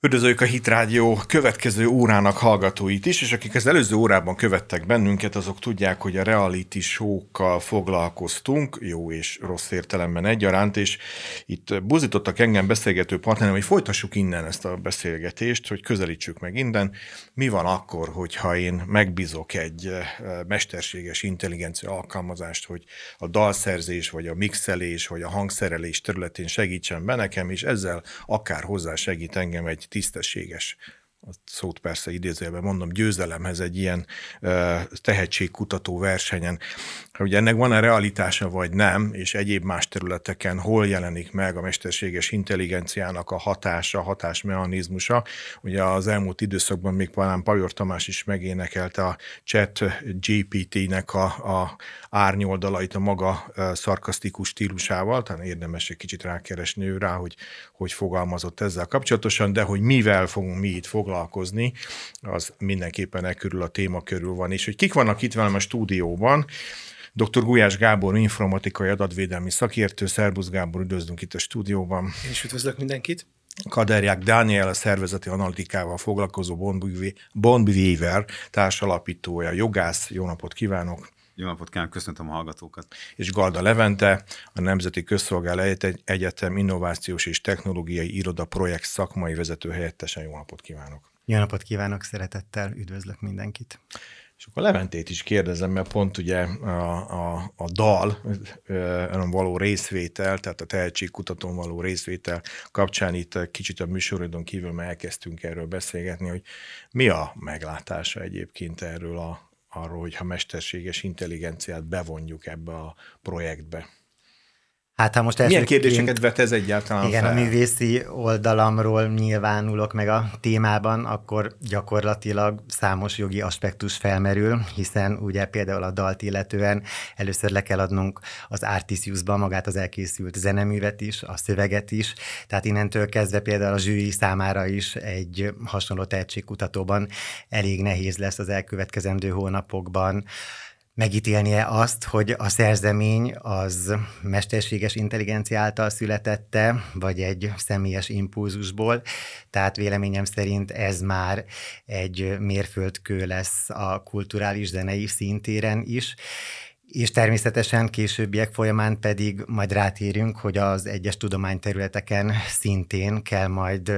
Üdvözöljük a Hit Rádió következő órának hallgatóit is, és akik az előző órában követtek bennünket, azok tudják, hogy a reality show-kkal foglalkoztunk, jó és rossz értelemben egyaránt, és itt buzdítottak engem beszélgető partnerem, hogy folytassuk innen ezt a beszélgetést, hogy közelítsük meg innen. Mi van akkor, hogyha én megbízok egy mesterséges intelligencia alkalmazást, hogy a dalszerzés, vagy a mixelés, vagy a hangszerelés területén segítsen be nekem, és ezzel akár hozzá segít engem egy tisztességes, a szót persze idézőjelben mondom, győzelemhez egy ilyen tehetségkutató versenyen. Ugye ennek van-e realitása vagy nem, és egyéb más területeken hol jelenik meg a mesterséges intelligenciának a hatása, hatásmechanizmusa. Ugye az elmúlt időszakban még talán Pajor Tamás is megénekelte a ChatGPT-nek a árnyoldalait a maga szarkasztikus stílusával, talán érdemes egy kicsit rákeresni ő rá, hogy fogalmazott ezzel kapcsolatosan, de hogy mivel fogunk mi itt foglalkozni, az mindenképpen körül a téma körül van. És hogy kik vannak itt velem a stúdióban, Dr. Gulyás Gábor, informatikai adatvédelmi szakértő. Szerbusz Gábor, üdvözlünk itt a stúdióban. Én is üdvözlök mindenkit. Kaderják Dániel, a szervezeti analitikával foglalkozó Bondweaver társalapítója, jogász. Jó napot kívánok! Jó napot kívánok, köszöntöm a hallgatókat. És Galda Levente, a Nemzeti Közszolgálati Egyetem Innovációs és Technológiai Iroda projekt szakmai vezető helyettese. Jó napot kívánok! Jó napot kívánok, szeretettel üdvözlök mindenkit! És akkor Leventét is kérdezem, mert pont ugye a dal való részvétel, tehát a tehetségkutatón való részvétel kapcsán itt kicsit a műsorodon kívül már elkezdtünk erről beszélgetni, hogy mi a meglátása egyébként arról, hogyha mesterséges intelligenciát bevonjuk ebbe a projektbe. Hát ha most milyen kérdéseket vet ez egyáltalán igen, fel? A művészi oldalamról nyilvánulok meg a témában, akkor gyakorlatilag számos jogi aspektus felmerül, hiszen ugye például a dalt illetően először le kell adnunk az Artisiusba magát az elkészült zeneművet is, a szöveget is, tehát innentől kezdve például a zsűri számára is egy hasonló tehetségkutatóban elég nehéz lesz az elkövetkezendő hónapokban megítélnie azt, hogy a szerzemény az mesterséges intelligencia által születette, vagy egy személyes impulzusból. Tehát véleményem szerint ez már egy mérföldkő lesz a kulturális zenei szintéren is, és természetesen későbbiek folyamán pedig majd rátérünk, hogy az egyes tudományterületeken szintén kell majd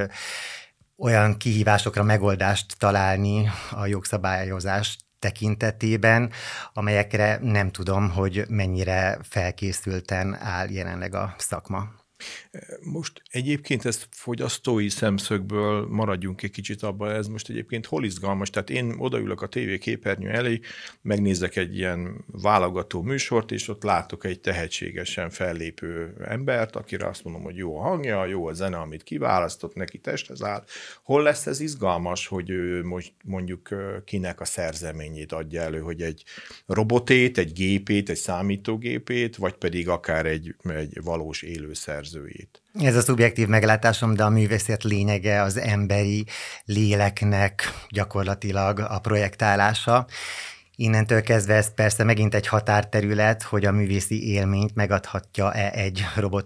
olyan kihívásokra megoldást találni a jogszabályozás tekintetében, amelyekre nem tudom, hogy mennyire felkészülten áll jelenleg a szakma. Most egyébként ezt fogyasztói szemszögből maradjunk egy kicsit abban, ez most egyébként hol izgalmas? Tehát én odaülök a tévéképernyő elé, megnézek egy ilyen válogató műsort, és ott látok egy tehetségesen fellépő embert, akire azt mondom, hogy jó a hangja, jó a zene, amit kiválasztott, neki testhez áll. Hol lesz ez izgalmas, hogy ő most mondjuk kinek a szerzeményét adja elő, hogy egy robotét, egy gépét, egy számítógépét, vagy pedig akár egy valós élő szerzőjét? Ez a szubjektív meglátásom, de a művészet lényege az emberi léleknek gyakorlatilag a projektálása. Innentől kezdve ez persze megint egy határterület, hogy a művészi élményt megadhatja-e egy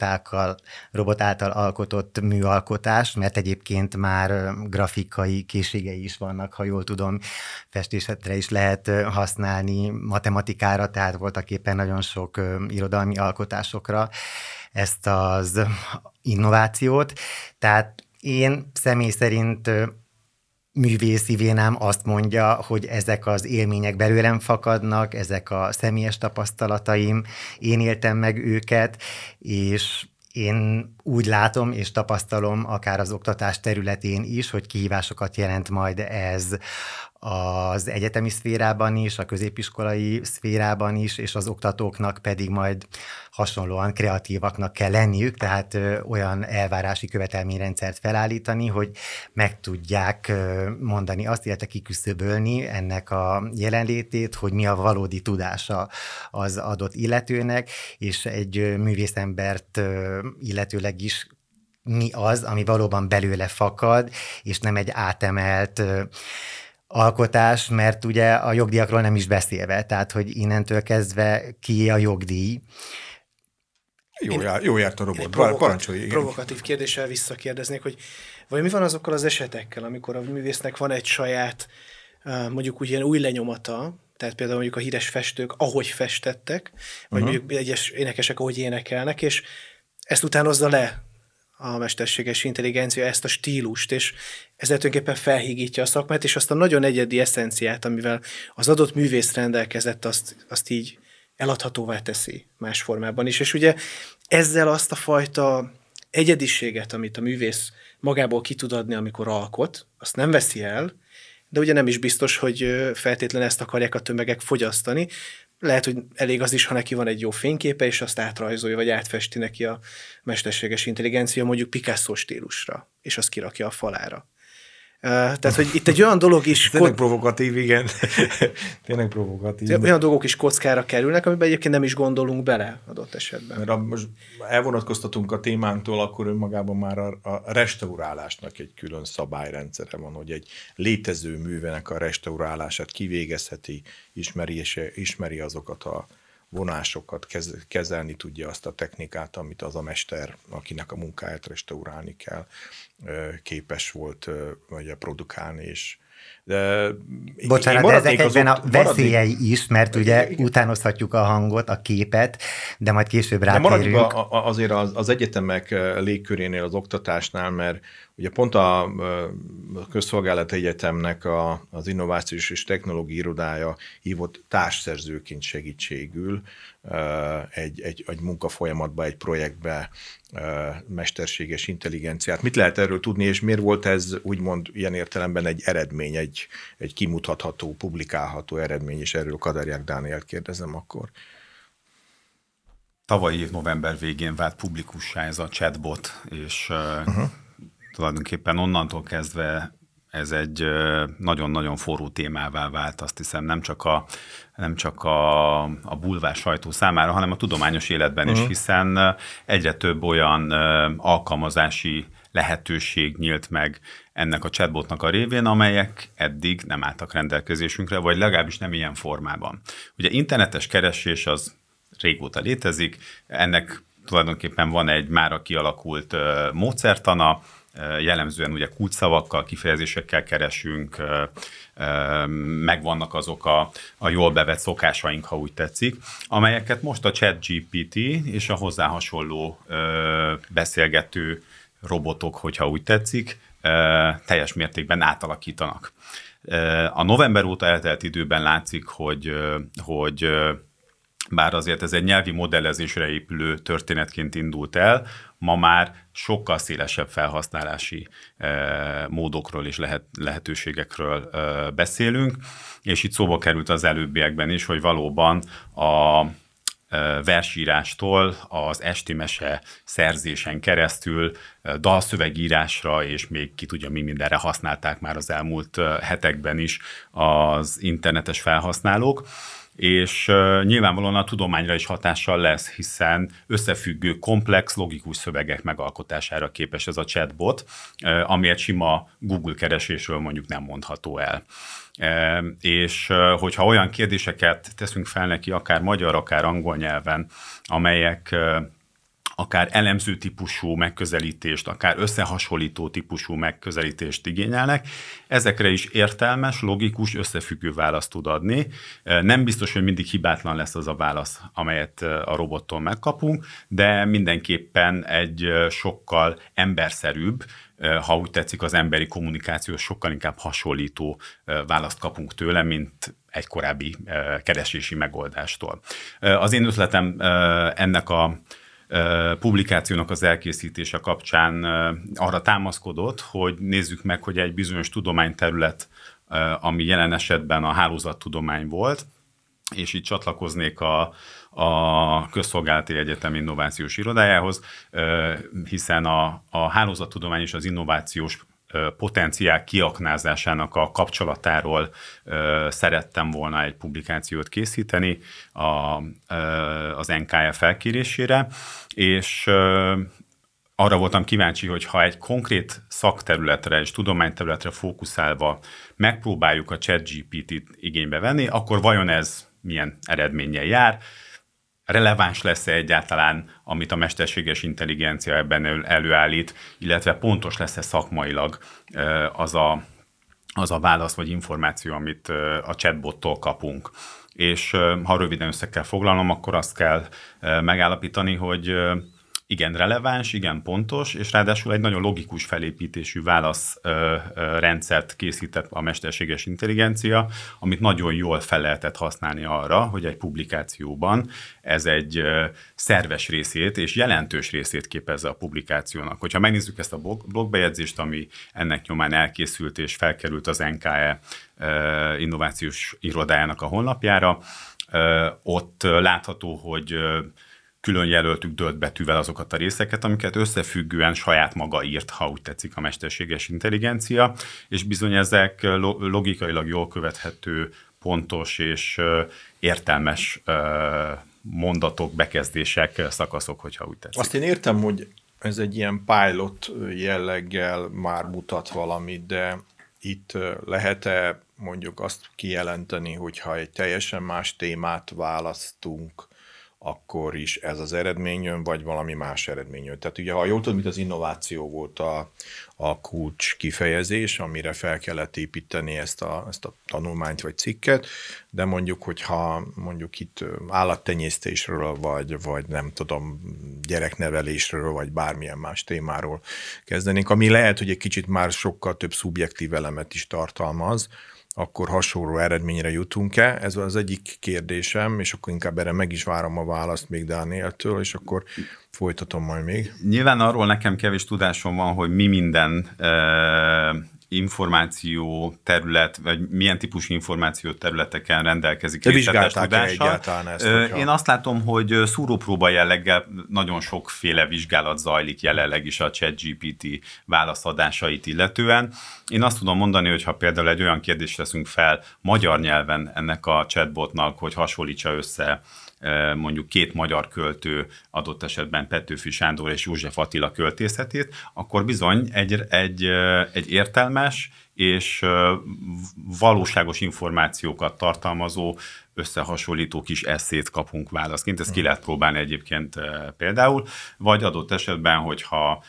robot által alkotott műalkotás, mert egyébként már grafikai készségei is vannak, ha jól tudom, festésre is lehet használni, matematikára, tehát voltaképpen nagyon sok irodalmi alkotásokra ezt az innovációt. Tehát én személy szerint művészi vénám azt mondja, hogy ezek az élmények belőlem fakadnak, ezek a személyes tapasztalataim, én éltem meg őket, és én úgy látom és tapasztalom akár az oktatás területén is, hogy kihívásokat jelent majd ez az egyetemi szférában is, a középiskolai szférában is, és az oktatóknak pedig majd hasonlóan kreatívaknak kell lenniük, tehát olyan elvárási követelményrendszert felállítani, hogy meg tudják mondani azt, illetve kiküszöbölni ennek a jelenlétét, hogy mi a valódi tudása az adott illetőnek, és egy művészembert illetőleg is mi az, ami valóban belőle fakad, és nem egy átemelt alkotás, mert ugye a jogdíjakról nem is beszélve, tehát hogy innentől kezdve ki a jogdíj. Jó járt a robot. Parancsolj. Provokatív kérdéssel visszakérdeznék, hogy Vagy mi van azokkal az esetekkel, amikor a művésznek van egy saját, mondjuk úgy ilyen új lenyomata, tehát például mondjuk a híres festők, ahogy festettek, vagy mondjuk egyes énekesek, ahogy énekelnek, és ezt utánozza le a mesterséges intelligencia, ezt a stílust, és ezzel tulajdonképpen felhígítja a szakmát, és azt a nagyon egyedi eszenciát, amivel az adott művész rendelkezett, azt így eladhatóvá teszi más formában is. És ugye ezzel azt a fajta egyediséget, amit a művész magából ki tud adni, amikor alkot, azt nem veszi el, de ugye nem is biztos, hogy feltétlenül ezt akarják a tömegek fogyasztani. Lehet, hogy elég az is, ha neki van egy jó fényképe, és azt átrajzolja, vagy átfesti neki a mesterséges intelligencia mondjuk Picasso stílusra, és azt kirakja a falára. Tehát, hogy itt egy olyan dolog is... Tényleg provokatív, igen. Tényleg provokatív. Olyan dolgok is kockára kerülnek, amiben egyébként nem is gondolunk bele adott esetben. Mert most elvonatkoztatunk a témánktól, akkor önmagában már a restaurálásnak egy külön szabályrendszere van, hogy egy létező művenek a restaurálását kivégezheti, ismeri azokat a vonásokat, kezelni tudja azt a technikát, amit az a mester, akinek a munkáját restaurálni kell, képes volt vagy produkálni, és bocsánat, de ezek egyben a veszélyei is, mert ugye utánozhatjuk a hangot, a képet, de majd később rátérünk. Azért az egyetemek légkörénél, az oktatásnál, mert ugye pont a Közszolgálati Egyetemnek az Innovációs és Technológiai Irodája hívott társszerzőként segítségül egy munkafolyamatba, egy projektbe mesterséges intelligenciát. Mit lehet erről tudni, és miért volt ez úgymond ilyen értelemben egy eredmény, egy kimutatható, publikálható eredmény, és erről Kadariák Dánielt kérdezem akkor. Tavalyi év november végén vált publikussá ez a chatbot, és tulajdonképpen onnantól kezdve ez egy nagyon-nagyon forró témává vált, azt hiszem nem csak a bulvár sajtó számára, hanem a tudományos életben is, hiszen egyre több olyan alkalmazási lehetőség nyílt meg ennek a chatbotnak a révén, amelyek eddig nem álltak rendelkezésünkre, vagy legalábbis nem ilyen formában. Ugye internetes keresés az régóta létezik, ennek tulajdonképpen van egy mára kialakult módszertana, jellemzően ugye kulcsszavakkal, kifejezésekkel keresünk, megvannak azok a jól bevett szokásaink, ha úgy tetszik, amelyeket most a ChatGPT és a hozzá hasonló beszélgető robotok, hogyha úgy tetszik, teljes mértékben átalakítanak. A november óta eltelt időben látszik, hogy bár azért ez egy nyelvi modellezésre épülő történetként indult el, ma már sokkal szélesebb felhasználási módokról és lehetőségekről beszélünk, és itt szóba került az előbbiekben is, hogy valóban a versírástól az esti mese szerzésen keresztül dalszövegírásra, és még ki tudja, mi mindenre használták már az elmúlt hetekben is az internetes felhasználók, és nyilvánvalóan a tudományra is hatással lesz, hiszen összefüggő, komplex, logikus szövegek megalkotására képes ez a chatbot, ami egy sima Google keresésről mondjuk nem mondható el. És hogyha olyan kérdéseket teszünk fel neki, akár magyar, akár angol nyelven, amelyek akár elemző típusú megközelítést, akár összehasonlító típusú megközelítést igényelnek, ezekre is értelmes, logikus, összefüggő választ tud adni. Nem biztos, hogy mindig hibátlan lesz az a válasz, amelyet a robottól megkapunk, de mindenképpen egy sokkal emberszerűbb, ha úgy tetszik, az emberi kommunikáció sokkal inkább hasonlító választ kapunk tőle, mint egy korábbi keresési megoldástól. Az én ötletem ennek a publikációnak az elkészítése kapcsán arra támaszkodott, hogy nézzük meg, hogy egy bizonyos tudományterület, ami jelen esetben a hálózattudomány volt, és itt csatlakoznék a Közszolgálati Egyetem Innovációs Irodájához, hiszen a hálózattudomány és az innovációs potenciál kiaknázásának a kapcsolatáról szerettem volna egy publikációt készíteni az NKF felkérésére, és arra voltam kíváncsi, hogy ha egy konkrét szakterületre és tudományterületre fókuszálva megpróbáljuk a ChatGPT-t igénybe venni, akkor vajon ez milyen eredménnyel jár. releváns lesz-e egyáltalán, amit a mesterséges intelligencia ebben előállít, illetve pontos lesz-e szakmailag az a válasz vagy információ, amit a chatbottól kapunk. És ha röviden össze kell foglalnom, akkor azt kell megállapítani, hogy igen releváns, igen pontos, és ráadásul egy nagyon logikus felépítésű válaszrendszert készített a mesterséges intelligencia, amit nagyon jól fel lehetett használni arra, hogy egy publikációban ez egy szerves részét és jelentős részét képezze a publikációnak. Hogyha megnézzük ezt a blogbejegyzést, ami ennek nyomán elkészült és felkerült az NKE innovációs irodájának a honlapjára, ott látható, hogy külön jelöltük dölt betűvel azokat a részeket, amiket összefüggően saját maga írt, ha úgy tetszik, a mesterséges intelligencia, és bizony ezek logikailag jól követhető, pontos és értelmes mondatok, bekezdések, szakaszok, hogyha úgy tetszik. Azt én értem, hogy ez egy ilyen pilot jelleggel már mutat valamit, de itt lehet-e mondjuk azt kijelenteni, hogyha egy teljesen más témát választunk, akkor is ez az eredmény jön, vagy valami más eredmény jön. Tehát ugye, ha jól tudom, az innováció volt a kulcs kifejezés, amire fel kellett építeni ezt a tanulmányt vagy cikket, de mondjuk, hogyha mondjuk itt állattenyésztésről, vagy nem tudom, gyereknevelésről, vagy bármilyen más témáról kezdenénk, ami lehet, hogy egy kicsit már sokkal több szubjektív elemet is tartalmaz, akkor hasonló eredményre jutunk-e? Ez az egyik kérdésem, és akkor inkább erre meg is várom a választ még Dánieltől, és akkor folytatom majd még. Nyilván arról nekem kevés tudásom van, hogy mi minden információ terület, vagy milyen típusú információ területeken rendelkezik részletes tudással. Ezt, Én azt látom, hogy szúrópróba jelleggel nagyon sokféle vizsgálat zajlik jelenleg is a ChatGPT válaszadásait illetően. Én azt tudom mondani, hogy ha például egy olyan kérdést teszünk fel magyar nyelven ennek a chatbotnak, hogy hasonlítsa össze mondjuk két magyar költő, adott esetben Petőfi Sándor és József Attila költészetét, akkor bizony egy értelmes és valóságos információkat tartalmazó, összehasonlító kis esszét kapunk válaszként. Ezt ki lehet próbálni egyébként például, vagy adott esetben, hogyha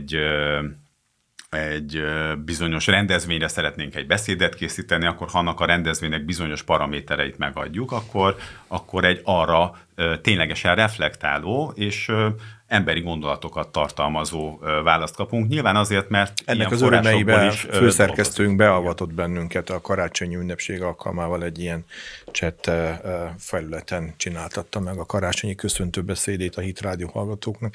egy bizonyos rendezvényre szeretnénk egy beszédet készíteni, akkor ha annak a rendezvénynek bizonyos paramétereit megadjuk, akkor egy arra ténylegesen reflektáló és emberi gondolatokat tartalmazó választ kapunk. Nyilván azért, mert ennek az örömeiben főszerkesztőnk beavatott bennünket a karácsonyi ünnepség alkalmával egy ilyen chat felületen csináltatta meg a karácsonyi köszöntőbeszédét a Hit Rádió hallgatóknak.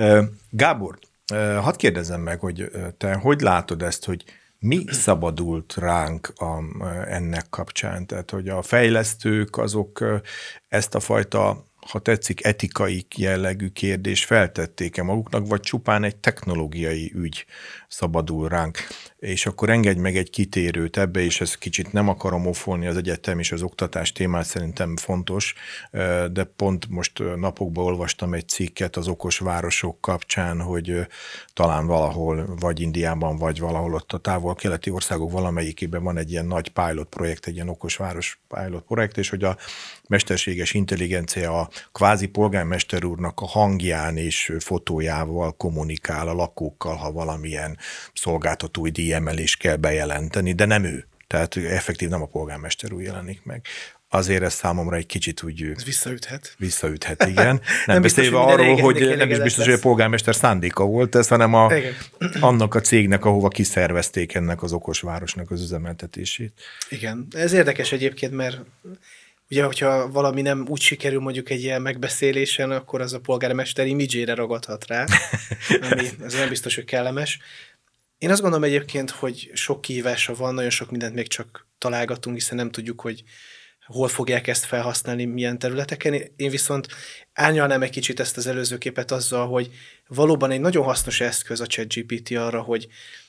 Gábor, hadd kérdezzem meg, hogy te hogy látod ezt, hogy mi szabadult ránk ennek kapcsán? Tehát, hogy a fejlesztők azok ezt a fajta, ha tetszik, etikai jellegű kérdést feltették-e maguknak, vagy csupán egy technológiai ügy szabadul ránk? És akkor engedj meg egy kitérőt ebbe, és ezt kicsit nem akarom ofolni, az egyetem és az oktatás témát szerintem fontos, de pont most napokban olvastam egy cikket az okos városok kapcsán, hogy talán valahol, vagy Indiában, vagy valahol ott a távol-keleti országok valamelyikében van egy ilyen nagy pilot projekt, egy ilyen okos város pilot projekt, és hogy a mesterséges intelligencia a kvázi polgármester úrnak a hangján és fotójával kommunikál a lakókkal, ha valamilyen szolgáltatói díjemelést kell bejelenteni, de nem ő. Tehát effektív nem a polgármester úr jelenik meg. Azért ez számomra egy kicsit úgy... Ez visszaüthet. Visszaüthet, igen. Nem beszélve arról, hogy nem is biztos, hogy a polgármester szándéka volt ez, hanem annak a cégnek, ahova kiszervezték ennek az okos városnak az üzemeltetését. Igen. Ez érdekes egyébként, mert ugye, hogyha valami nem úgy sikerül mondjuk egy ilyen megbeszélésen, akkor az a polgármester imidzsére ragadhat rá, ami ez nem biztos, hogy kellemes. Én azt gondolom egyébként, hogy sok kihívása van, nagyon sok mindent még csak találgatunk, hiszen nem tudjuk, hogy hol fogják ezt felhasználni, milyen területeken. Én viszont árnyalnám egy kicsit ezt az előző képet azzal, hogy valóban egy nagyon hasznos eszköz a ChatGPT arra, hogy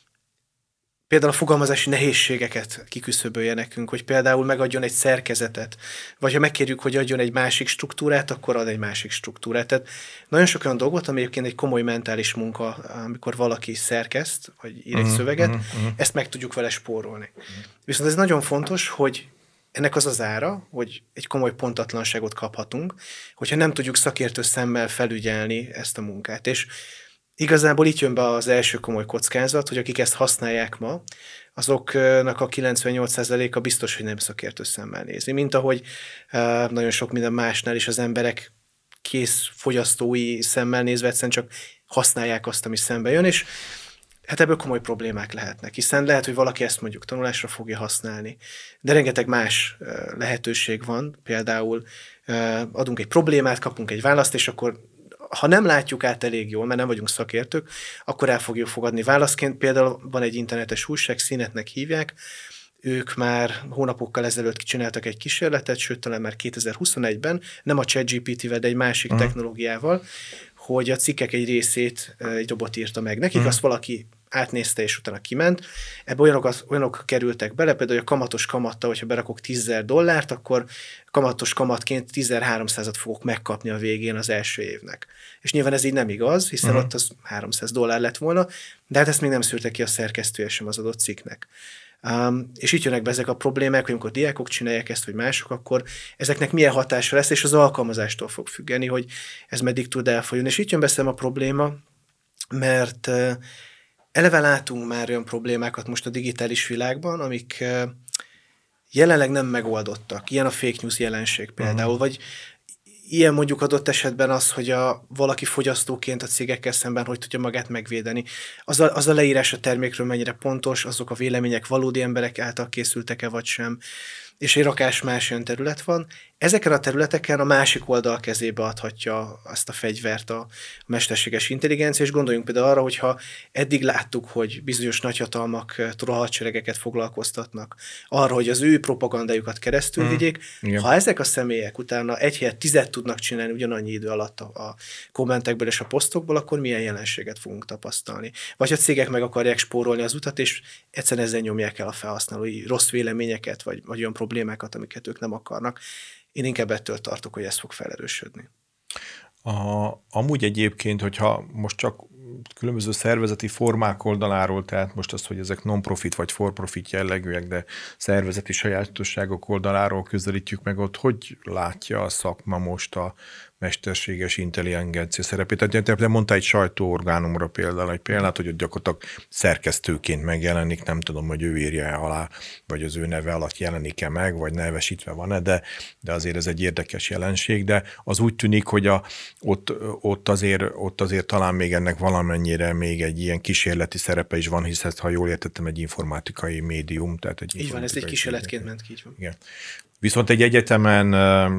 például a fogalmazási nehézségeket kiküszöbölje nekünk, hogy például megadjon egy szerkezetet, vagy ha megkérjük, hogy adjon egy másik struktúrát, akkor ad egy másik struktúrát. Tehát nagyon sok olyan dolgot, ami egyébként egy komoly mentális munka, amikor valaki szerkeszt, vagy ír egy szöveget, ezt meg tudjuk vele spórolni. Viszont ez nagyon fontos, hogy ennek az az ára, hogy egy komoly pontatlanságot kaphatunk, hogyha nem tudjuk szakértő szemmel felügyelni ezt a munkát. És igazából itt jön be az első komoly kockázat, hogy akik ezt használják ma, azoknak a 98%-a biztos, hogy nem szakértő szemmel nézi. Mint ahogy nagyon sok minden másnál is az emberek kész fogyasztói szemmel nézve egyszerűen csak használják azt, ami szembe jön, és hát ebből komoly problémák lehetnek, hiszen lehet, hogy valaki ezt mondjuk tanulásra fogja használni, de rengeteg más lehetőség van, például adunk egy problémát, kapunk egy választ, és akkor ha nem látjuk át elég jól, mert nem vagyunk szakértők, akkor el fogjuk fogadni válaszként. Például van egy internetes újság, Színetnek hívják, ők már hónapokkal ezelőtt csináltak egy kísérletet, sőt, talán már 2021-ben, nem a ChatGPT-vel, de egy másik technológiával, hogy a cikkek egy részét egy robot írta meg nekik, azt valaki átnézte, és utána kiment. Ebbe olyanok kerültek bele, például, hogy a kamatos kamattal, hogyha berakok $10,000, akkor kamatos kamatként 10.300-at fogok megkapni a végén az első évnek. És nyilván ez így nem igaz, hiszen ott az $300 lett volna, de hát ezt még nem szűrte ki a szerkesztője sem az adott cikknek. És itt jönnek be ezek a problémák, hogy amikor diákok csinálják ezt, vagy mások, akkor ezeknek milyen hatása lesz, és az alkalmazástól fog függeni, hogy ez meddig tud elfolyulni. És itt jön be a probléma, mert eleve látunk már olyan problémákat most a digitális világban, amik jelenleg nem megoldottak. Ilyen a fake news jelenség például, vagy ilyen mondjuk adott esetben az, hogy valaki fogyasztóként a cégekkel szemben hogy tudja magát megvédeni. Az a leírás a termékről mennyire pontos, azok a vélemények valódi emberek által készültek-e vagy sem, és egy rakás más olyan terület van. Ezeken a területeken a másik oldal kezébe adhatja azt a fegyvert a mesterséges intelligencia, és gondoljunk például arra, hogyha eddig láttuk, hogy bizonyos nagyhatalmak trollhadseregeket foglalkoztatnak arra, hogy az ő propagandájukat keresztül vigyék. Ha ezek a személyek utána egy helyet 10 tudnak csinálni ugyanannyi idő alatt a kommentekből és a posztokból, akkor milyen jelenséget fogunk tapasztalni. Vagy a cégek meg akarják spórolni az utat, és egyszerűen ezzel nyomják el a felhasználói rossz véleményeket, vagy olyan problémákat, amiket ők nem akarnak. Én inkább ettől tartok, hogy ez fog felerősödni. Amúgy egyébként, hogyha most csak különböző szervezeti formák oldaláról, tehát most az, hogy ezek non-profit vagy for-profit jellegűek, de szervezeti sajátosságok oldaláról közelítjük meg, ott hogy látja a szakma most a mesterséges intelligencia szerepét? Tehát te mondtál egy sajtóorgánumra például, egy példát, hogy ott gyakorlatilag szerkesztőként megjelenik, nem tudom, hogy ő írja alá, vagy az ő neve alatt jelenik-e meg, vagy nevesítve van-e, de azért ez egy érdekes jelenség, de az úgy tűnik, hogy ott azért talán még ennek valamennyire még egy ilyen kísérleti szerepe is van, hisz ha jól értettem, egy informatikai médium. Tehát így van, ez egy kísérletként ment ki. Igen. Viszont egy egyetemen,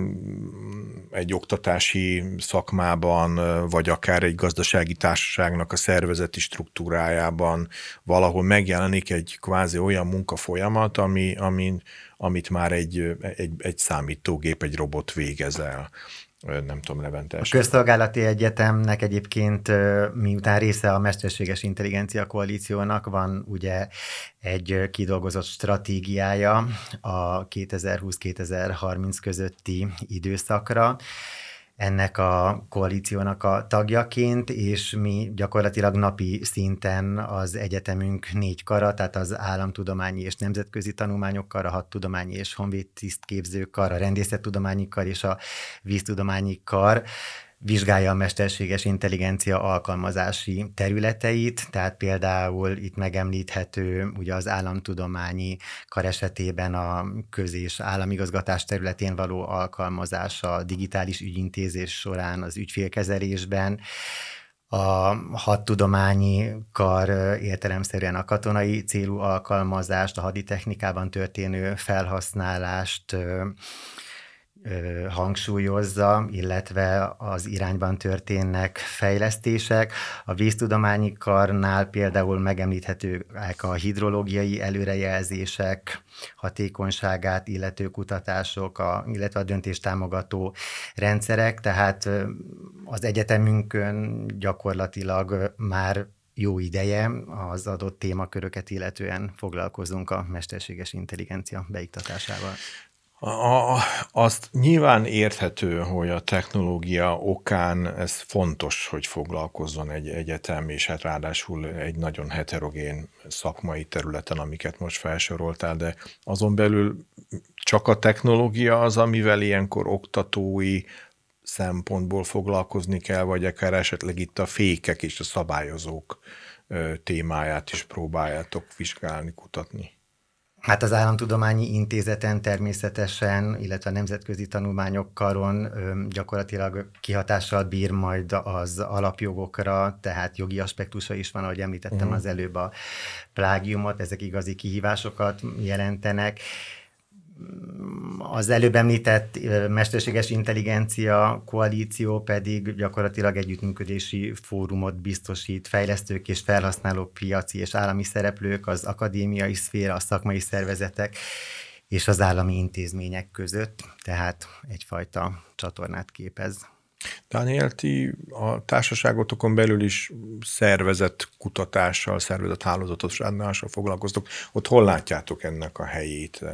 egy oktatási szakmában, vagy akár egy gazdasági társaságnak a szervezeti struktúrájában valahol megjelenik egy kvázi olyan munkafolyamat, amit már egy számítógép, egy robot végez el. Nem tudom, Levente. A Közszolgálati Egyetemnek egyébként, miután része a Mesterséges Intelligencia Koalíciónak, van ugye egy kidolgozott stratégiája a 2020-2030 közötti időszakra, ennek a koalíciónak a tagjaként, és mi gyakorlatilag napi szinten az egyetemünk 4 kara, tehát az államtudományi és nemzetközi tanulmányokkal, a hadtudományi és honvéd tisztképzőkar, a rendészettudományi kar és a víztudományi kar vizsgálja a mesterséges intelligencia alkalmazási területeit, tehát például itt megemlíthető ugye az államtudományi kar esetében a köz- és államigazgatás területén való alkalmazása, a digitális ügyintézés során az ügyfélkezelésben, a hadtudományi kar értelemszerűen a katonai célú alkalmazást, a haditechnikában történő felhasználást hangsúlyozza, illetve az irányban történnek fejlesztések. A víztudományi karnál például megemlíthetőek a hidrológiai előrejelzések hatékonyságát illető kutatások, illetve a döntéstámogató rendszerek, tehát az egyetemünkön gyakorlatilag már jó ideje az adott témaköröket illetően foglalkozunk a mesterséges intelligencia beiktatásával. Azt nyilván érthető, hogy a technológia okán ez fontos, hogy foglalkozzon egy egyetem, és hát ráadásul egy nagyon heterogén szakmai területen, amiket most felsoroltál, de azon belül csak a technológia az, amivel ilyenkor oktatói szempontból foglalkozni kell, vagy akár esetleg itt a fékek és a szabályozók témáját is próbáljátok vizsgálni, kutatni? Hát az Államtudományi Intézeten természetesen, illetve a nemzetközi tanulmányokkaron gyakorlatilag kihatással bír majd az alapjogokra, tehát jogi aspektusa is van, ahogy említettem az előbb a plágiumot, ezek igazi kihívásokat jelentenek. Az előbb említett mesterséges intelligencia koalíció pedig gyakorlatilag együttműködési fórumot biztosít fejlesztők és felhasználók, piaci és állami szereplők, az akadémiai szféra, a szakmai szervezetek és az állami intézmények között, tehát egyfajta csatornát képez. Dániel, ti a társaságotokon belül is szervezett kutatással, szervezett hálózatosással foglalkoztok. Ott hol látjátok ennek a helyét?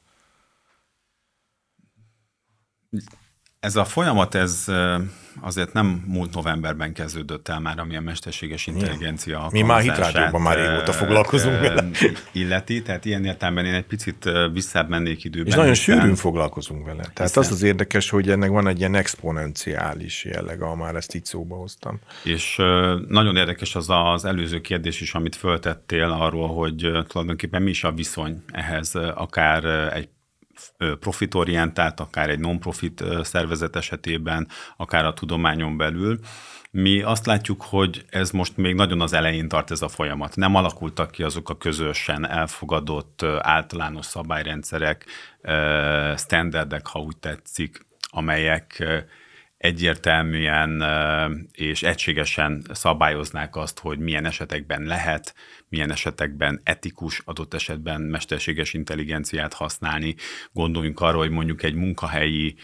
Ez a folyamat, ez azért nem múlt novemberben kezdődött el már, ami a mesterséges intelligencia alkalmazását. Mi már Hitrádióban már régóta foglalkozunk vele. Illeti, tehát ilyen értelemben én egy picit visszább mennék időben. És nagyon sűrűn foglalkozunk vele. Tehát az érdekes, hogy ennek van egy ilyen exponenciális jellege, ha már ezt így szóba hoztam. És nagyon érdekes az előző kérdés is, amit föltettél arról, hogy tulajdonképpen mi is a viszony ehhez, akár egy profitorientált, akár egy non-profit szervezet esetében, akár a tudományon belül. Mi azt látjuk, hogy ez most még nagyon az elején tart ez a folyamat. Nem alakultak ki azok a közösen elfogadott általános szabályrendszerek, standardek, ha úgy tetszik, amelyek egyértelműen és egységesen szabályoznák azt, hogy milyen esetekben lehet, milyen esetekben etikus, adott esetben mesterséges intelligenciát használni. Gondoljunk arra, hogy mondjuk egy munkahelyi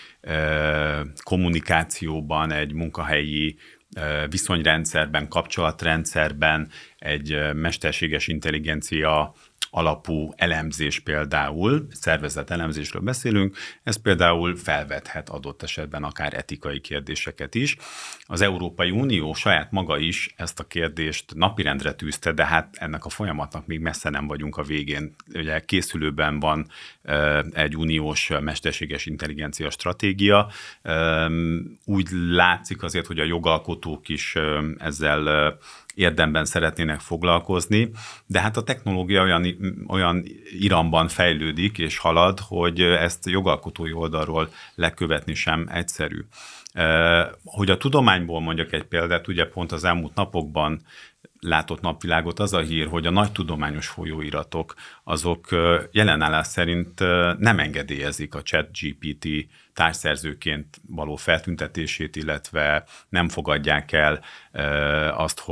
kommunikációban, egy munkahelyi viszonyrendszerben, kapcsolatrendszerben egy mesterséges intelligencia alapú elemzés például, szervezet elemzésről beszélünk, ez például felvethet adott esetben akár etikai kérdéseket is. Az Európai Unió saját maga is ezt a kérdést napirendre tűzte, de hát ennek a folyamatnak még messze nem vagyunk a végén. Ugye készülőben van egy uniós mesterséges intelligencia stratégia. Úgy látszik azért, hogy a jogalkotók is ezzel érdemben szeretnének foglalkozni, de hát a technológia olyan iramban fejlődik és halad, hogy ezt jogalkotói oldalról lekövetni sem egyszerű. Hogy a tudományból mondjak egy példát, ugye pont az elmúlt napokban látott napvilágot az a hír, hogy a nagy tudományos folyóiratok azok jelenállás szerint nem engedélyezik a ChatGPT társszerzőként való feltüntetését, illetve nem fogadják el azt,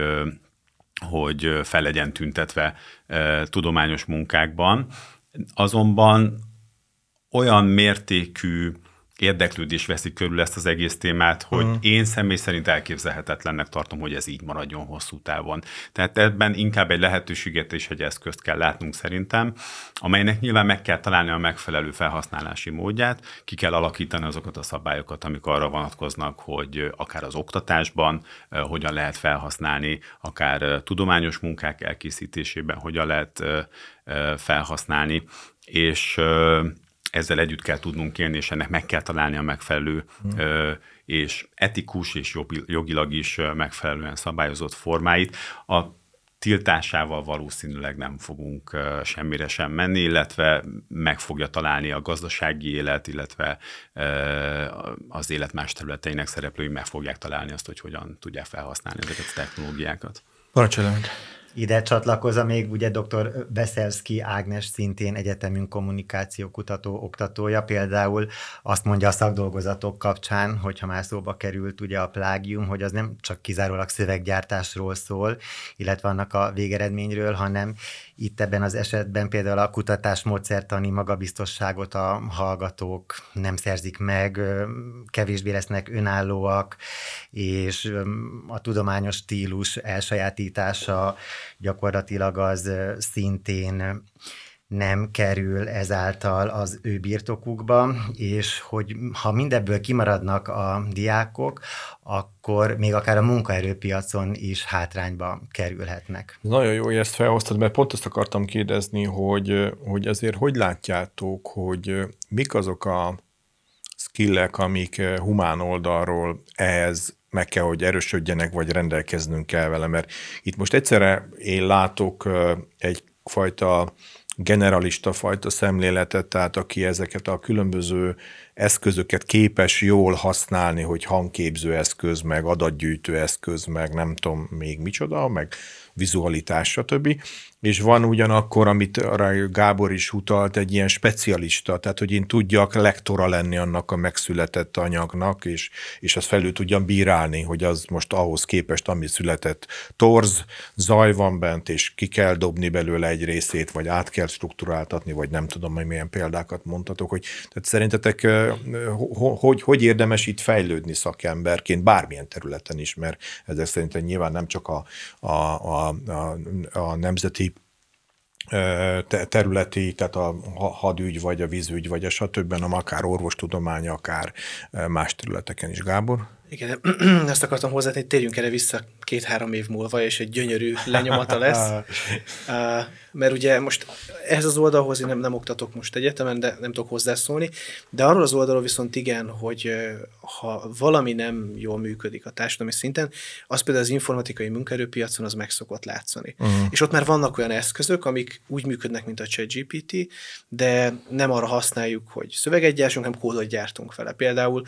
hogy fel legyen tüntetve tudományos munkákban. Azonban olyan mértékű érdeklődés veszik körül ezt az egész témát, hogy én személy szerint elképzelhetetlennek tartom, hogy ez így maradjon hosszú távon. Tehát ebben inkább egy lehetőséget és egy eszközt kell látnunk szerintem, amelynek nyilván meg kell találni a megfelelő felhasználási módját, ki kell alakítani azokat a szabályokat, amik arra vonatkoznak, hogy akár az oktatásban hogyan lehet felhasználni, akár tudományos munkák elkészítésében hogyan lehet felhasználni, és ezzel együtt kell tudnunk élni, és ennek meg kell találni a megfelelő és etikus és jogilag is megfelelően szabályozott formáit. A tiltásával valószínűleg nem fogunk semmire sem menni, illetve meg fogja találni a gazdasági élet, illetve az élet más területeinek szereplői meg fogják találni azt, hogy hogyan tudják felhasználni ezeket a technológiákat. Parancsoljon! Ide csatlakozza még ugye dr. Veszelszky Ágnes, szintén egyetemünk kommunikációkutató oktatója, például azt mondja a szakdolgozatok kapcsán, hogyha már szóba került ugye a plágium, hogy az nem csak kizárólag szöveggyártásról szól, illetve annak a végeredményről, hanem itt ebben az esetben például a kutatás módszertani magabiztosságot a hallgatók nem szerzik meg, kevésbé lesznek önállóak, és a tudományos stílus elsajátítása gyakorlatilag az szintén nem kerül ezáltal az ő birtokukba, és hogy ha mindebből kimaradnak a diákok, akkor még akár a munkaerőpiacon is hátrányba kerülhetnek. Nagyon jó, hogy ezt felhoztad, mert pont azt akartam kérdezni, hogy ezért hogy látjátok, hogy mik azok a skillek, amik humán oldalról ehhez meg kell, hogy erősödjenek, vagy rendelkeznünk kell vele, mert itt most egyszerre én látok egyfajta generalista fajta szemléletet, tehát aki ezeket a különböző eszközöket képes jól használni, hogy hangképző eszköz, meg adatgyűjtő eszköz, meg nem tudom még micsoda, meg vizualitás, stb. És van ugyanakkor, amit arra Gábor is utalt, egy ilyen specialista, tehát hogy én tudjak lektora lenni annak a megszületett anyagnak, és azt felül tudjam bírálni, hogy az most ahhoz képest, ami született torz, zaj van bent, és ki kell dobni belőle egy részét, vagy át kell strukturáltatni, vagy nem tudom, hogy milyen példákat mondhatok, hogy tehát szerintetek hogy érdemes itt fejlődni szakemberként, bármilyen területen is, mert ezek szerintem nyilván nem csak a nemzeti területi, tehát a hadügy, vagy a vízügy, vagy a stb., hanem akár orvostudomány, akár más területeken is. Gábor? Igen, ezt akartam hozzátenni, térjünk erre vissza 2-3 év múlva, és egy gyönyörű lenyomata lesz. Mert ugye most ehhez az oldalhoz én nem oktatok most egyetemen, de nem tudok hozzászólni, de arról az oldalról viszont igen, hogy ha valami nem jól működik a társadalmi szinten, az például az informatikai munkaerőpiacon az meg szokott látszani. És ott már vannak olyan eszközök, amik úgy működnek, mint a ChatGPT, de nem arra használjuk, hogy szöveget gyártsunk, hanem kódot gyártunk vele. Például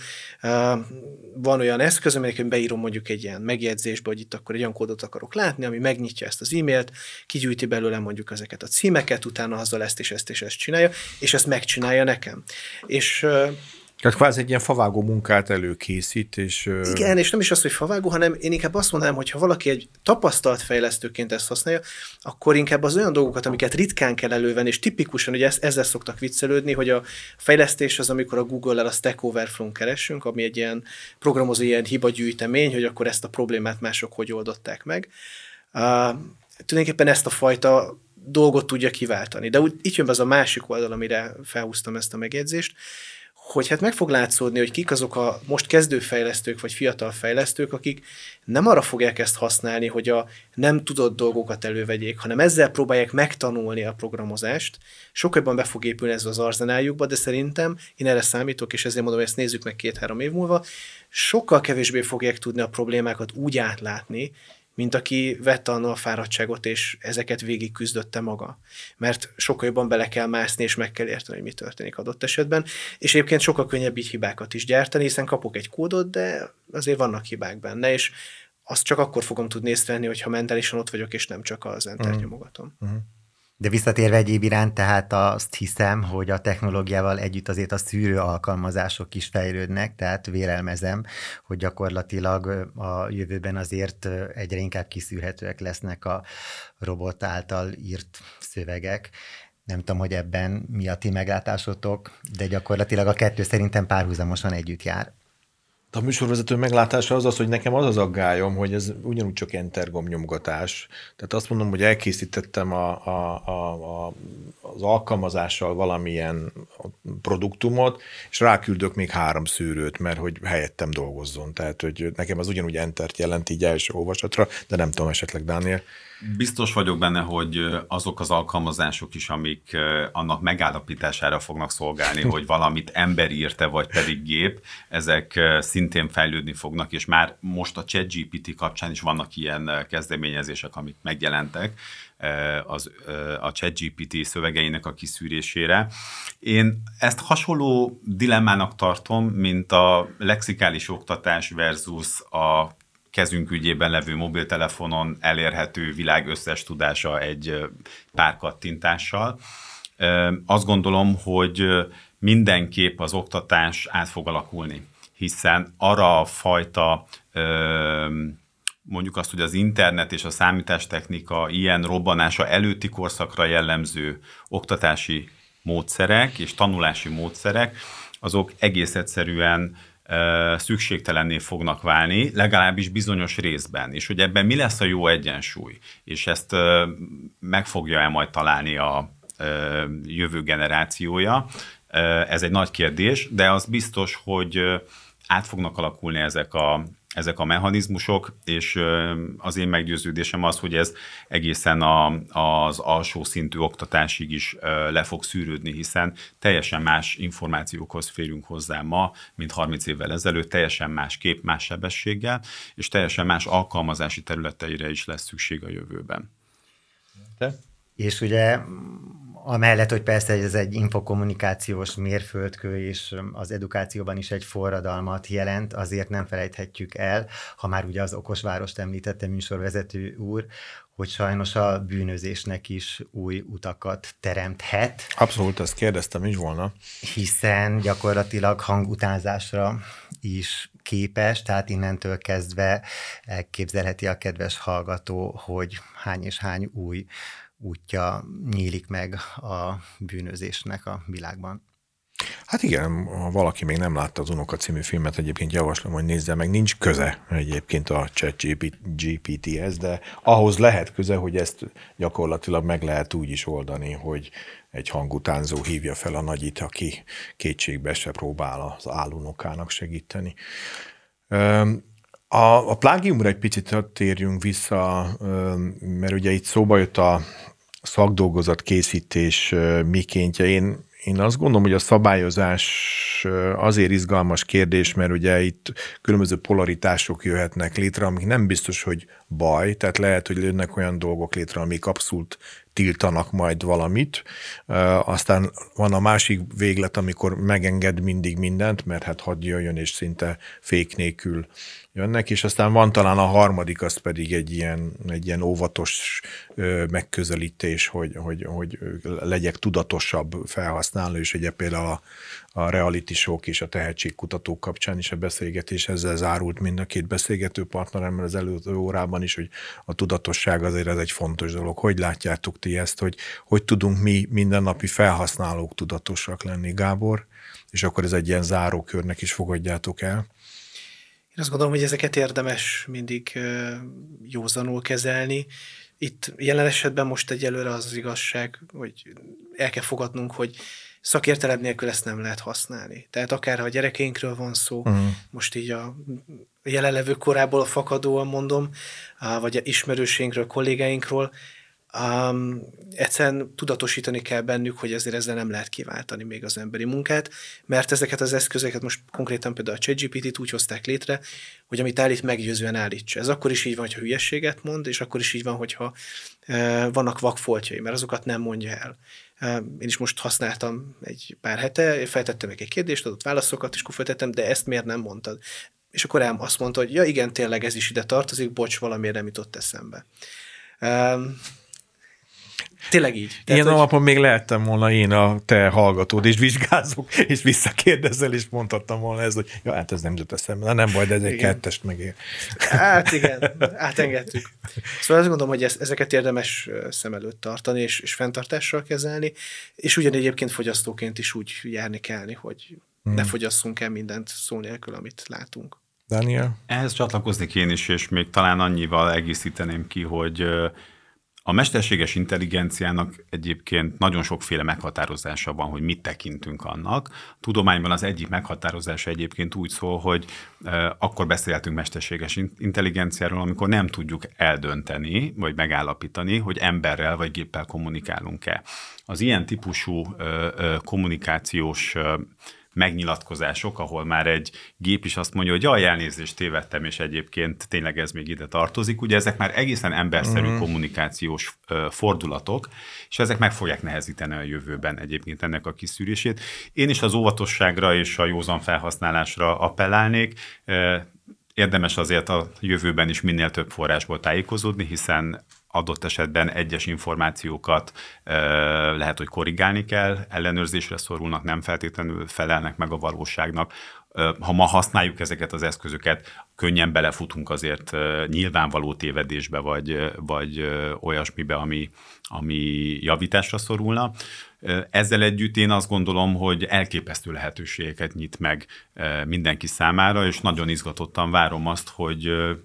van olyan eszköz, amelyek én beírom mondjuk egy ilyen megjegyzésbe, hogy itt akkor egy olyan kódot akarok látni, ami megnyitja ezt az e-mailt, kigyűjti belőle mondjuk ezeket a címeket, utána azzal ezt és ezt és ezt csinálja, és ezt megcsinálja nekem. És tehát kvázi egy ilyen favágó munkát előkészít, és... Igen, és nem is az, hogy favágó, hanem én inkább azt mondanám, hogy ha valaki egy tapasztalt fejlesztőként ezt használja, akkor inkább az olyan dolgokat, amiket ritkán kell elővenni, és tipikusan, ugye ezzel szoktak viccelődni, hogy a fejlesztés az, amikor a Google-el a Stack Overflow-n keresünk, ami egy ilyen programozó ilyen hibagyűjtemény, hogy akkor ezt a problémát mások hogy oldották meg. Tulajdonképpen ezt a fajta dolgot tudja kiváltani. De itt jön be az a másik oldal, amire felhúztam ezt a megjegyzést, hogy hát meg fog látszódni, hogy kik azok a most kezdőfejlesztők, vagy fiatal fejlesztők, akik nem arra fogják ezt használni, hogy a nem tudott dolgokat elővegyék, hanem ezzel próbálják megtanulni a programozást. Sokkal jobban be fog épülni ez az arzenáljukba, de szerintem én erre számítok, és ezért mondom, hogy ezt nézzük meg 2-3 év múlva, sokkal kevésbé fogják tudni a problémákat úgy átlátni, mint aki vette anna a fáradtságot, és ezeket végig küzdötte maga. Mert sokkal jobban bele kell mászni, és meg kell érteni, hogy mi történik adott esetben. És egyébként sokkal könnyebb így hibákat is gyártani, hiszen kapok egy kódot, de azért vannak hibák benne, és azt csak akkor fogom tudni észrevenni, hogyha mentálisan ott vagyok, és nem csak az entert nyomogatom. De visszatérve egyéb iránt, tehát azt hiszem, hogy a technológiával együtt azért a szűrő alkalmazások is fejlődnek, tehát vélelmezem, hogy gyakorlatilag a jövőben azért egyre inkább kiszűrhetőek lesznek a robot által írt szövegek. Nem tudom, hogy ebben mi a ti meglátásotok, de gyakorlatilag a kettő szerintem párhuzamosan együtt jár. A műsorvezető meglátása az, hogy nekem az aggályom, hogy ez ugyanúgy csak enter gombnyomgatás. Tehát azt mondom, hogy elkészítettem az alkalmazással valamilyen produktumot, és ráküldök még 3 szűrőt, mert hogy helyettem dolgozzon. Tehát, hogy nekem az ugyanúgy entert jelent így első olvasatra, de nem tudom, esetleg Dániel. Biztos vagyok benne, hogy azok az alkalmazások is, amik annak megállapítására fognak szolgálni, hogy valamit ember írte, vagy pedig gép, ezek szintén fejlődni fognak, és már most a ChatGPT kapcsán is vannak ilyen kezdeményezések, amik megjelentek a ChatGPT szövegeinek a kiszűrésére. Én ezt hasonló dilemmának tartom, mint a lexikális oktatás versus a kezünk ügyében levő mobiltelefonon elérhető világ összes tudása egy pár kattintással. Azt gondolom, hogy mindenképp az oktatás át fog alakulni, hiszen arra a fajta, mondjuk azt, hogy az internet és a számítástechnika ilyen robbanása előtti korszakra jellemző oktatási módszerek és tanulási módszerek, azok egész egyszerűen szükségtelenné fognak válni, legalábbis bizonyos részben. És hogy ebben mi lesz a jó egyensúly, és ezt meg fogja-e majd találni jövő generációja. Ez egy nagy kérdés, de az biztos, hogy át fognak alakulni ezek a mechanizmusok, és az én meggyőződésem az, hogy ez egészen az alsó szintű oktatásig is le fog szűrődni, hiszen teljesen más információkhoz férünk hozzá ma, mint 30 évvel ezelőtt, teljesen más kép, más sebességgel, és teljesen más alkalmazási területeire is lesz szükség a jövőben. De? És ugye amellett, hogy persze ez egy infokommunikációs mérföldkő, és az edukációban is egy forradalmat jelent, azért nem felejthetjük el, ha már ugye az okosvárost említette műsorvezető úr, hogy sajnos a bűnözésnek is új utakat teremthet. Abszolút, ezt kérdeztem is volna. Hiszen gyakorlatilag hangutánzásra is képes, tehát innentől kezdve elképzelheti a kedves hallgató, hogy hány és hány új útja nyílik meg a bűnözésnek a világban. Hát igen, ha valaki még nem látta az Unoka című filmet, egyébként javaslom, hogy nézze meg, nincs köze egyébként a ChatGPT-hez, de ahhoz lehet köze, hogy ezt gyakorlatilag meg lehet úgy is oldani, hogy egy hangutánzó hívja fel a nagyit, aki kétségbe se próbál az álunokának segíteni. A plágiumra egy picit térjünk vissza, mert ugye itt szóba jött a szakdolgozat készítés mikéntje. Én azt gondolom, hogy a szabályozás azért izgalmas kérdés, mert ugye itt különböző polaritások jöhetnek létre, amik nem biztos, hogy baj, tehát lehet, hogy jönnek olyan dolgok létre, amik abszolút tiltanak majd valamit. Aztán van a másik véglet, amikor megenged mindig mindent, mert hát hadd jöjjön, és szinte fék nélkül jönnek, és aztán van talán a harmadik, az pedig egy ilyen óvatos megközelítés, hogy legyek tudatosabb felhasználó, és ugye például a reality show-k és a tehetségkutatók kapcsán is a beszélgetés ezzel zárult mind a két beszélgető partneremmel az előző órában is, hogy a tudatosság azért ez egy fontos dolog. Hogy látjátok ti ezt, hogy tudunk mi mindennapi felhasználók tudatosak lenni, Gábor? És akkor ez egy ilyen zárókörnek is fogadjátok el. Én azt gondolom, hogy ezeket érdemes mindig józanul kezelni. Itt jelen esetben most egyelőre az igazság, hogy el kell fogadnunk, hogy szakértelem nélkül ezt nem lehet használni. Tehát akár ha a gyerekeinkről van szó, most így a jelenlevő korából fakadóan mondom, vagy a ismerőségünkről, kollégáinkról, egyszerűen tudatosítani kell bennük, hogy ezért ezzel nem lehet kiváltani még az emberi munkát, mert ezeket az eszközöket most konkrétan például a ChatGPT-t úgy hozták létre, hogy amit állít, meggyőzően állítsa. Ez akkor is így van, hogyha hülyességet mond, és akkor is így van, hogyha vannak vakfoltjai, mert azokat nem mondja el. Én is most használtam egy pár hete, feltettem meg egy kérdést, adott válaszokat, és akkor feltettem, de ezt miért nem mondtad? És akkor azt mondta, hogy ja igen, tényleg ez is ide tartozik, bocs, valamiért nem jutott eszembe. Tényleg így. Ilyen alapon még lehettem volna én a te hallgatód, és vizsgázok, és visszakérdezel, és mondhattam volna ezt, hogy ja, hát ez nem jut eszembe. Nem baj, de ez egy kettest megér. Hát igen, átengedtük. Szóval azt gondolom, hogy ezeket érdemes szem előtt tartani, és fenntartással kezelni, és ugyanígy egyébként fogyasztóként is úgy járni kellni, hogy ne fogyasszunk el mindent szó nélkül, amit látunk. Dániel? Ehhez csatlakoznék én is, és még talán annyival egészíteném ki, hogy a mesterséges intelligenciának egyébként nagyon sokféle meghatározása van, hogy mit tekintünk annak. A tudományban az egyik meghatározása egyébként úgy szól, hogy akkor beszélhetünk mesterséges intelligenciáról, amikor nem tudjuk eldönteni, vagy megállapítani, hogy emberrel vagy géppel kommunikálunk-e. Az ilyen típusú kommunikációs megnyilatkozások, ahol már egy gép is azt mondja, hogy jaj, elnézést, tévedtem, és egyébként tényleg ez még ide tartozik. Ugye ezek már egészen emberszerű kommunikációs fordulatok, és ezek meg fogják nehezíteni a jövőben egyébként ennek a kiszűrését. Én is az óvatosságra és a józan felhasználásra appellálnék. Érdemes azért a jövőben is minél több forrásból tájékozódni, hiszen adott esetben egyes információkat lehet, hogy korrigálni kell, ellenőrzésre szorulnak, nem feltétlenül felelnek meg a valóságnak. Ha ma használjuk ezeket az eszközöket, könnyen belefutunk azért nyilvánvaló tévedésbe, vagy olyasmibe, ami javításra szorulna. Ezzel együtt én azt gondolom, hogy elképesztő lehetőségeket nyit meg mindenki számára, és nagyon izgatottan várom azt, hogy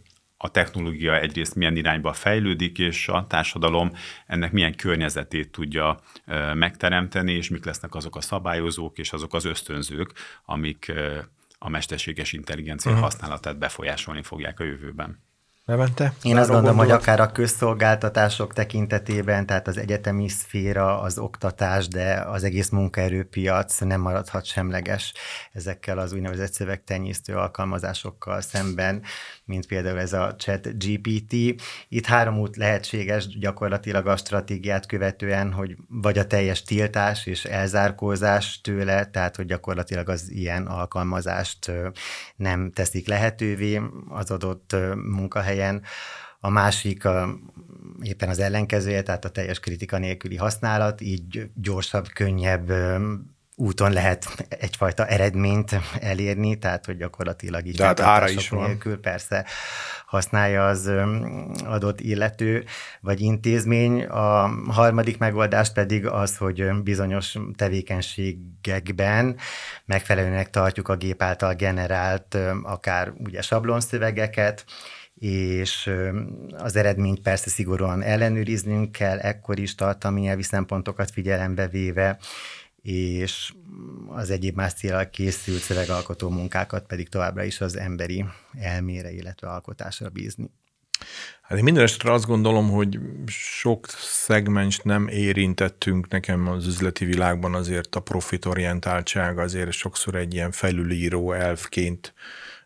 a technológia egyrészt milyen irányba fejlődik, és a társadalom ennek milyen környezetét tudja megteremteni, és mik lesznek azok a szabályozók és azok az ösztönzők, amik a mesterséges intelligencia használatát befolyásolni fogják a jövőben. Levente? Én azt gondolom, hogy akár a közszolgáltatások tekintetében, tehát az egyetemi szféra, az oktatás, de az egész munkaerőpiac nem maradhat semleges ezekkel az úgynevezett szövegtenyésztő alkalmazásokkal szemben, mint például ez a ChatGPT. Itt 3 út lehetséges gyakorlatilag a stratégiát követően, hogy vagy a teljes tiltás és elzárkózás tőle, tehát hogy gyakorlatilag az ilyen alkalmazást nem teszik lehetővé az adott munkahelyen. A másik éppen az ellenkezője, tehát a teljes kritika nélküli használat, így gyorsabb, könnyebb úton lehet egyfajta eredményt elérni, tehát hogy gyakorlatilag így ára is nélkül persze használja az adott illető vagy intézmény. A harmadik megoldás pedig az, hogy bizonyos tevékenységekben megfelelőnek tartjuk a gép által generált akár ugye sablonszövegeket, és az eredményt persze szigorúan ellenőriznünk kell, ekkor is tartalmi nyelvi szempontokat figyelembe véve, és az egyéb más célral készült szövegalkotó munkákat pedig továbbra is az emberi elmére, illetve alkotásra bízni. Hát én minden esetre azt gondolom, hogy sok szegmenst nem érintettünk. Nekem az üzleti világban azért a profitorientáltság azért sokszor egy ilyen felülíró elvként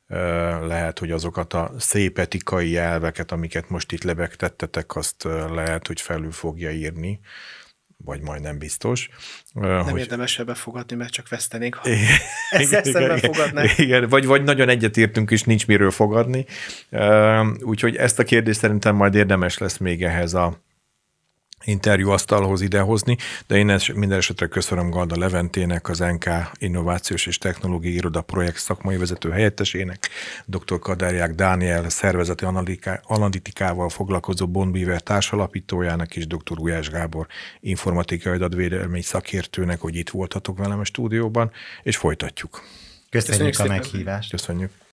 lehet, hogy azokat a szép etikai elveket, amiket most itt lebegtettetek, azt lehet, hogy felül fogja írni, vagy majdnem biztos. Nem érdemes ebbe fogadni, mert csak vesztenénk, ha ezzel szemben fogadnánk. Igen, vagy nagyon egyetértünk, és nincs miről fogadni. Úgyhogy ezt a kérdést szerintem majd érdemes lesz még ehhez a interjúasztalhoz idehozni, de én minden esetre köszönöm Galda Leventének, az NK Innovációs és Technológiai Iroda projekt szakmai vezető helyettesének, dr. Kaderják Dániel szervezeti analitikával foglalkozó Bondbeaver társalapítójának és dr. Gulyás Gábor informatikai adatvédelmi szakértőnek, hogy itt voltatok velem a stúdióban, és folytatjuk. Köszönjük a meghívást. Köszönjük.